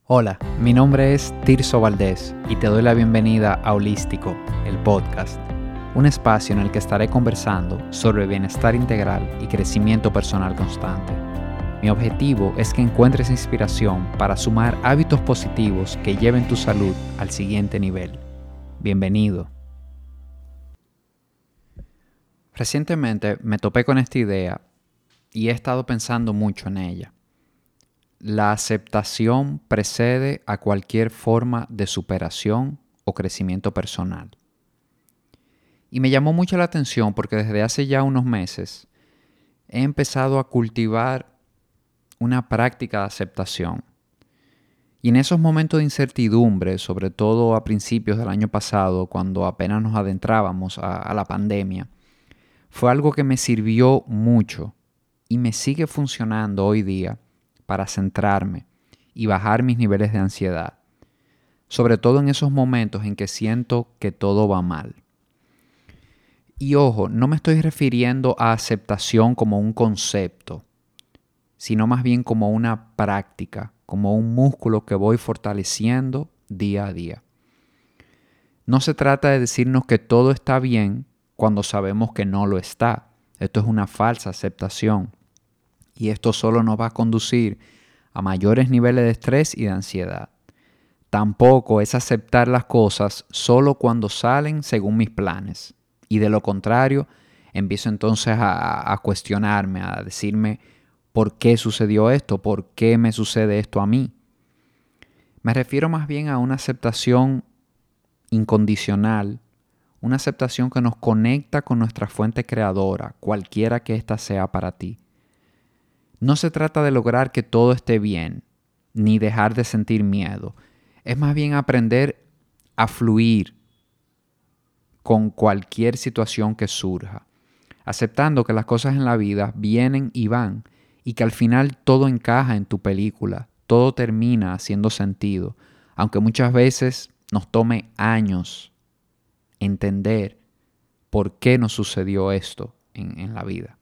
Hola, mi nombre es Tirso Valdés y te doy la bienvenida a Holístico, el podcast, un espacio en el que estaré conversando sobre bienestar integral y crecimiento personal constante. Mi objetivo es que encuentres inspiración para sumar hábitos positivos que lleven tu salud al siguiente nivel. Bienvenido. Recientemente me topé con esta idea y he estado pensando mucho en ella. La aceptación precede a cualquier forma de superación o crecimiento personal. Y me llamó mucho la atención porque desde hace ya unos meses he empezado a cultivar una práctica de aceptación. Y en esos momentos de incertidumbre, sobre todo a principios del año pasado, cuando apenas nos adentrábamos a la pandemia, fue algo que me sirvió mucho y me sigue funcionando hoy día para centrarme y bajar mis niveles de ansiedad, sobre todo en esos momentos en que siento que todo va mal. Y ojo, no me estoy refiriendo a aceptación como un concepto, sino más bien como una práctica, como un músculo que voy fortaleciendo día a día. No se trata de decirnos que todo está bien cuando sabemos que no lo está. Esto es una falsa aceptación. Y esto solo nos va a conducir a mayores niveles de estrés y de ansiedad. Tampoco es aceptar las cosas solo cuando salen según mis planes. Y de lo contrario, empiezo entonces a cuestionarme, a decirme por qué sucedió esto, por qué me sucede esto a mí. Me refiero más bien a una aceptación incondicional, una aceptación que nos conecta con nuestra fuente creadora, cualquiera que ésta sea para ti. No se trata de lograr que todo esté bien, ni dejar de sentir miedo. Es más bien aprender a fluir con cualquier situación que surja, aceptando que las cosas en la vida vienen y van y que al final todo encaja en tu película, todo termina haciendo sentido, aunque muchas veces nos tome años entender por qué nos sucedió esto en la vida.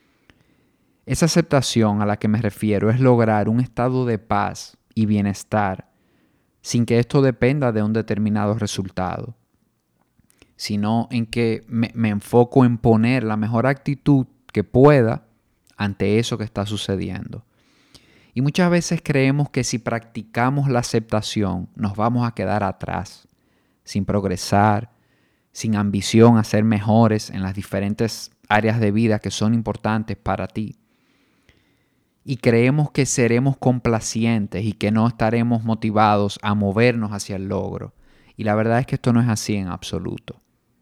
Esa aceptación a la que me refiero es lograr un estado de paz y bienestar sin que esto dependa de un determinado resultado, sino en que me enfoco en poner la mejor actitud que pueda ante eso que está sucediendo. Y muchas veces creemos que si practicamos la aceptación nos vamos a quedar atrás, sin progresar, sin ambición a ser mejores en las diferentes áreas de vida que son importantes para ti. Y creemos que seremos complacientes y que no estaremos motivados a movernos hacia el logro. Y la verdad es que esto no es así en absoluto.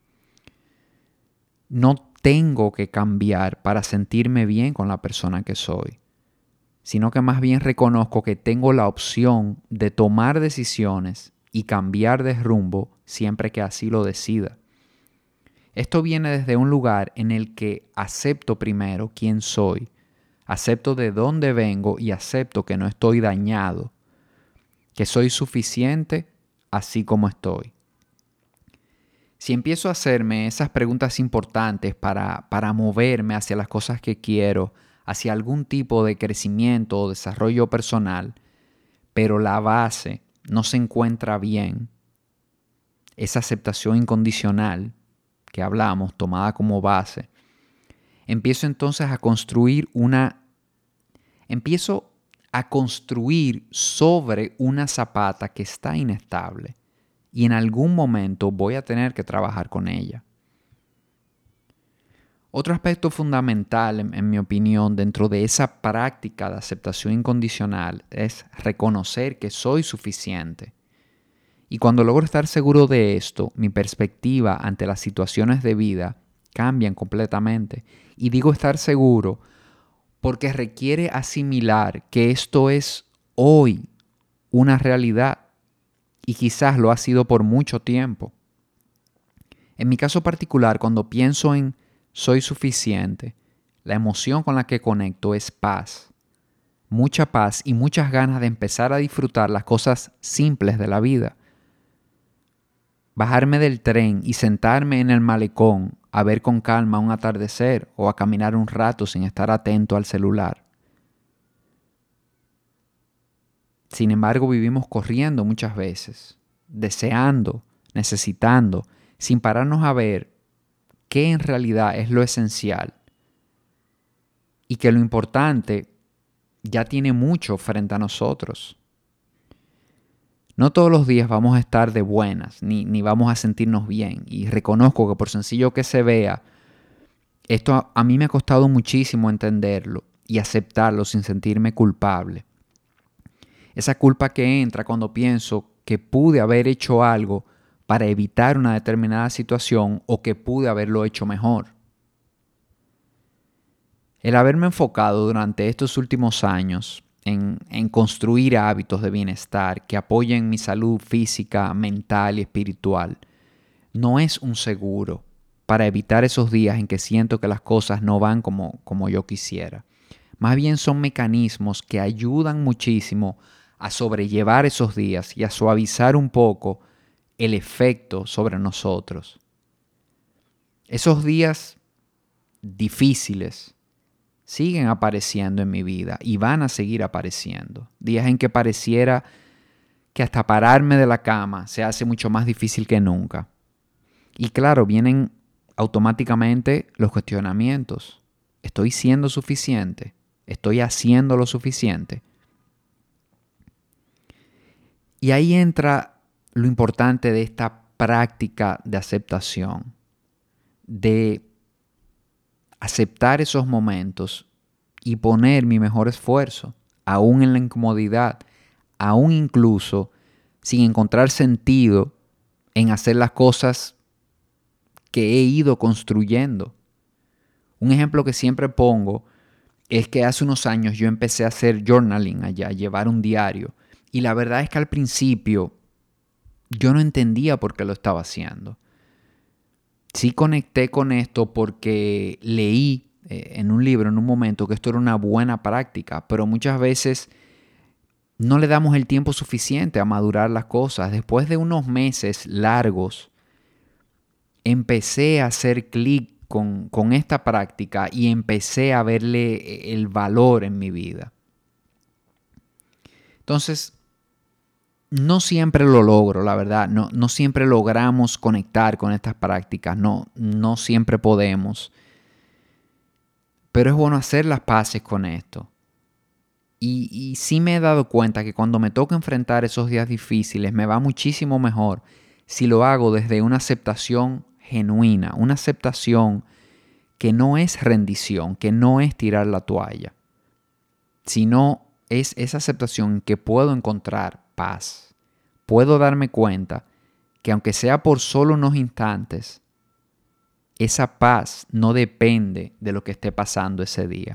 No tengo que cambiar para sentirme bien con la persona que soy, sino que más bien reconozco que tengo la opción de tomar decisiones y cambiar de rumbo siempre que así lo decida. Esto viene desde un lugar en el que acepto primero quién soy, acepto de dónde vengo y acepto que no estoy dañado, que soy suficiente así como estoy. Si empiezo a hacerme esas preguntas importantes para moverme hacia las cosas que quiero, hacia algún tipo de crecimiento o desarrollo personal, pero la base no se encuentra bien, esa aceptación incondicional que hablamos, tomada como base, empiezo entonces a construir sobre una zapata que está inestable y en algún momento voy a tener que trabajar con ella. Otro aspecto fundamental, en mi opinión, dentro de esa práctica de aceptación incondicional es reconocer que soy suficiente. Y cuando logro estar seguro de esto, mi perspectiva ante las situaciones de vida cambian completamente. Y digo estar seguro porque requiere asimilar que esto es hoy una realidad y quizás lo ha sido por mucho tiempo. En mi caso particular, cuando pienso en soy suficiente, la emoción con la que conecto es paz. Mucha paz y muchas ganas de empezar a disfrutar las cosas simples de la vida. Bajarme del tren y sentarme en el malecón a ver con calma un atardecer o a caminar un rato sin estar atento al celular. Sin embargo, vivimos corriendo muchas veces, deseando, necesitando, sin pararnos a ver qué en realidad es lo esencial y que lo importante ya tiene mucho frente a nosotros. No todos los días vamos a estar de buenas, ni vamos a sentirnos bien. Y reconozco que por sencillo que se vea, esto a mí me ha costado muchísimo entenderlo y aceptarlo sin sentirme culpable. Esa culpa que entra cuando pienso que pude haber hecho algo para evitar una determinada situación o que pude haberlo hecho mejor. El haberme enfocado durante estos últimos años en construir hábitos de bienestar que apoyen mi salud física, mental y espiritual no es un seguro para evitar esos días en que siento que las cosas no van como yo quisiera. Más bien son mecanismos que ayudan muchísimo a sobrellevar esos días y a suavizar un poco el efecto sobre nosotros. Esos días difíciles siguen apareciendo en mi vida y van a seguir apareciendo. Días en que pareciera que hasta pararme de la cama se hace mucho más difícil que nunca. Y claro, vienen automáticamente los cuestionamientos. ¿Estoy siendo suficiente? ¿Estoy haciendo lo suficiente? Y ahí entra lo importante de esta práctica de aceptación, de aceptar esos momentos y poner mi mejor esfuerzo, aún en la incomodidad, aún incluso sin encontrar sentido en hacer las cosas que he ido construyendo. Un ejemplo que siempre pongo es que hace unos años yo empecé a hacer journaling allá, a llevar un diario. Y la verdad es que al principio yo no entendía por qué lo estaba haciendo. Sí conecté con esto porque leí en un libro en un momento que esto era una buena práctica, pero muchas veces no le damos el tiempo suficiente a madurar las cosas. Después de unos meses largos, empecé a hacer clic con esta práctica y empecé a verle el valor en mi vida. Entonces, no siempre lo logro, la verdad. No siempre logramos conectar con estas prácticas. No siempre podemos. Pero es bueno hacer las paces con esto. Y sí me he dado cuenta que cuando me toca enfrentar esos días difíciles me va muchísimo mejor si lo hago desde una aceptación genuina, una aceptación que no es rendición, que no es tirar la toalla, sino es esa aceptación en que puedo encontrar paz. Puedo darme cuenta que aunque sea por solo unos instantes, esa paz no depende de lo que esté pasando ese día.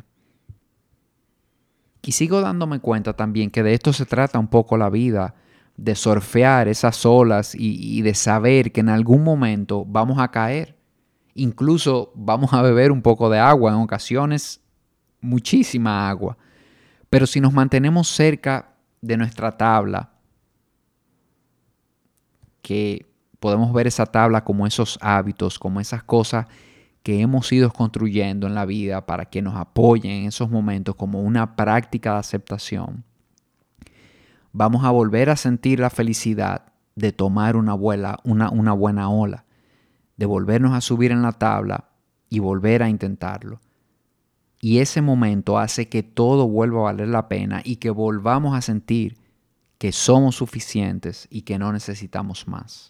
Y sigo dándome cuenta también que de esto se trata un poco la vida, de surfear esas olas y de saber que en algún momento vamos a caer. Incluso vamos a beber un poco de agua, en ocasiones muchísima agua. Pero si nos mantenemos cerca de nuestra tabla, que podemos ver esa tabla como esos hábitos, como esas cosas que hemos ido construyendo en la vida para que nos apoyen en esos momentos como una práctica de aceptación, vamos a volver a sentir la felicidad de tomar una buena ola, de volvernos a subir en la tabla y volver a intentarlo. Y ese momento hace que todo vuelva a valer la pena y que volvamos a sentir que somos suficientes y que no necesitamos más.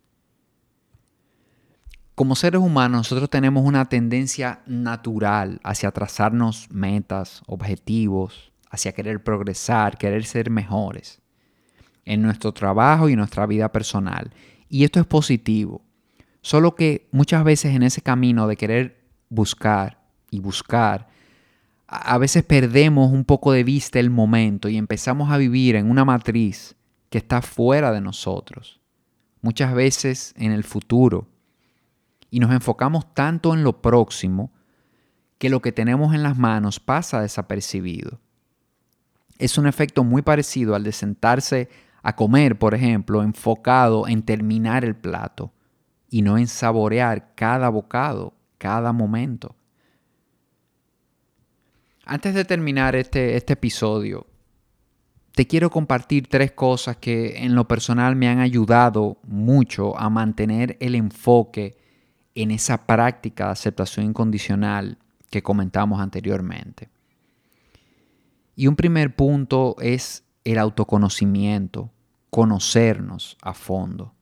Como seres humanos, nosotros tenemos una tendencia natural hacia trazarnos metas, objetivos, hacia querer progresar, querer ser mejores en nuestro trabajo y en nuestra vida personal. Y esto es positivo. Solo que muchas veces en ese camino de querer buscar y buscar, a veces perdemos un poco de vista el momento y empezamos a vivir en una matriz que está fuera de nosotros. Muchas veces en el futuro. Y nos enfocamos tanto en lo próximo que lo que tenemos en las manos pasa desapercibido. Es un efecto muy parecido al de sentarse a comer, por ejemplo, enfocado en terminar el plato y no en saborear cada bocado, cada momento. Antes de terminar este episodio, te quiero compartir 3 cosas que en lo personal me han ayudado mucho a mantener el enfoque en esa práctica de aceptación incondicional que comentamos anteriormente. Y un primer punto es el autoconocimiento, conocernos a fondo.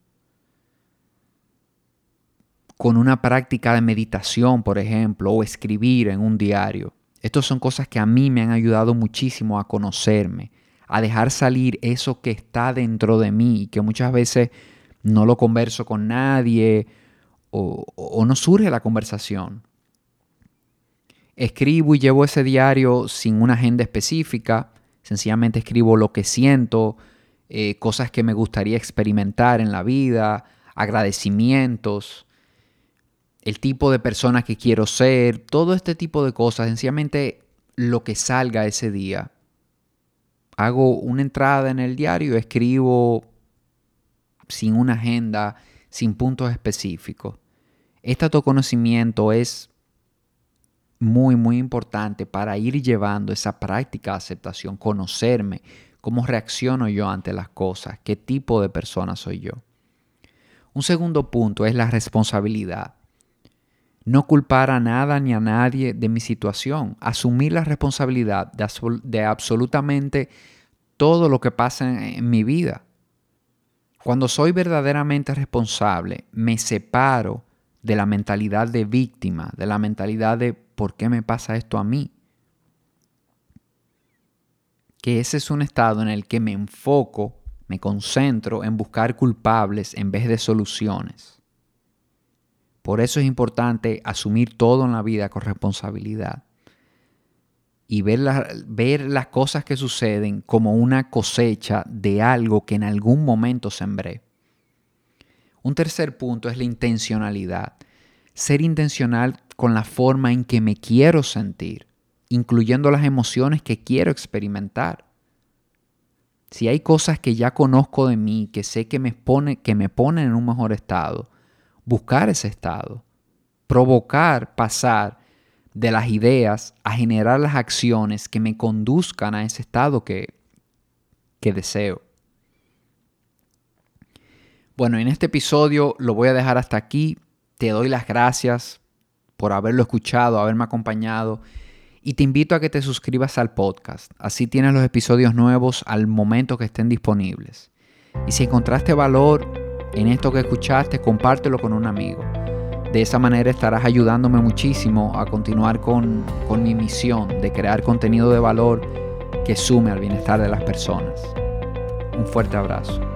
Con una práctica de meditación, por ejemplo, o escribir en un diario. Estas son cosas que a mí me han ayudado muchísimo a conocerme, a dejar salir eso que está dentro de mí y que muchas veces no lo converso con nadie o no surge la conversación. Escribo y llevo ese diario sin una agenda específica. Sencillamente escribo lo que siento, cosas que me gustaría experimentar en la vida, agradecimientos, el tipo de persona que quiero ser, todo este tipo de cosas. Sencillamente lo que salga ese día. Hago una entrada en el diario, escribo sin una agenda, sin puntos específicos. Este autoconocimiento es muy, muy importante para ir llevando esa práctica de aceptación, conocerme, cómo reacciono yo ante las cosas, qué tipo de persona soy yo. Un segundo punto es la responsabilidad. No culpar a nada ni a nadie de mi situación. Asumir la responsabilidad de absolutamente todo lo que pasa en mi vida. Cuando soy verdaderamente responsable, me separo de la mentalidad de víctima, de la mentalidad de ¿por qué me pasa esto a mí? Que ese es un estado en el que me enfoco, me concentro en buscar culpables en vez de soluciones. Por eso es importante asumir todo en la vida con responsabilidad y ver las cosas que suceden como una cosecha de algo que en algún momento sembré. Un tercer punto es la intencionalidad. Ser intencional con la forma en que me quiero sentir, incluyendo las emociones que quiero experimentar. Si hay cosas que ya conozco de mí, que sé que me ponen en un mejor estado, buscar ese estado, provocar pasar de las ideas a generar las acciones que me conduzcan a ese estado que deseo. Bueno, en este episodio lo voy a dejar hasta aquí. Te doy las gracias por haberlo escuchado, haberme acompañado y te invito a que te suscribas al podcast. Así tienes los episodios nuevos al momento que estén disponibles. Y si encontraste valor en esto que escuchaste, compártelo con un amigo. De esa manera estarás ayudándome muchísimo a continuar con mi misión de crear contenido de valor que sume al bienestar de las personas. Un fuerte abrazo.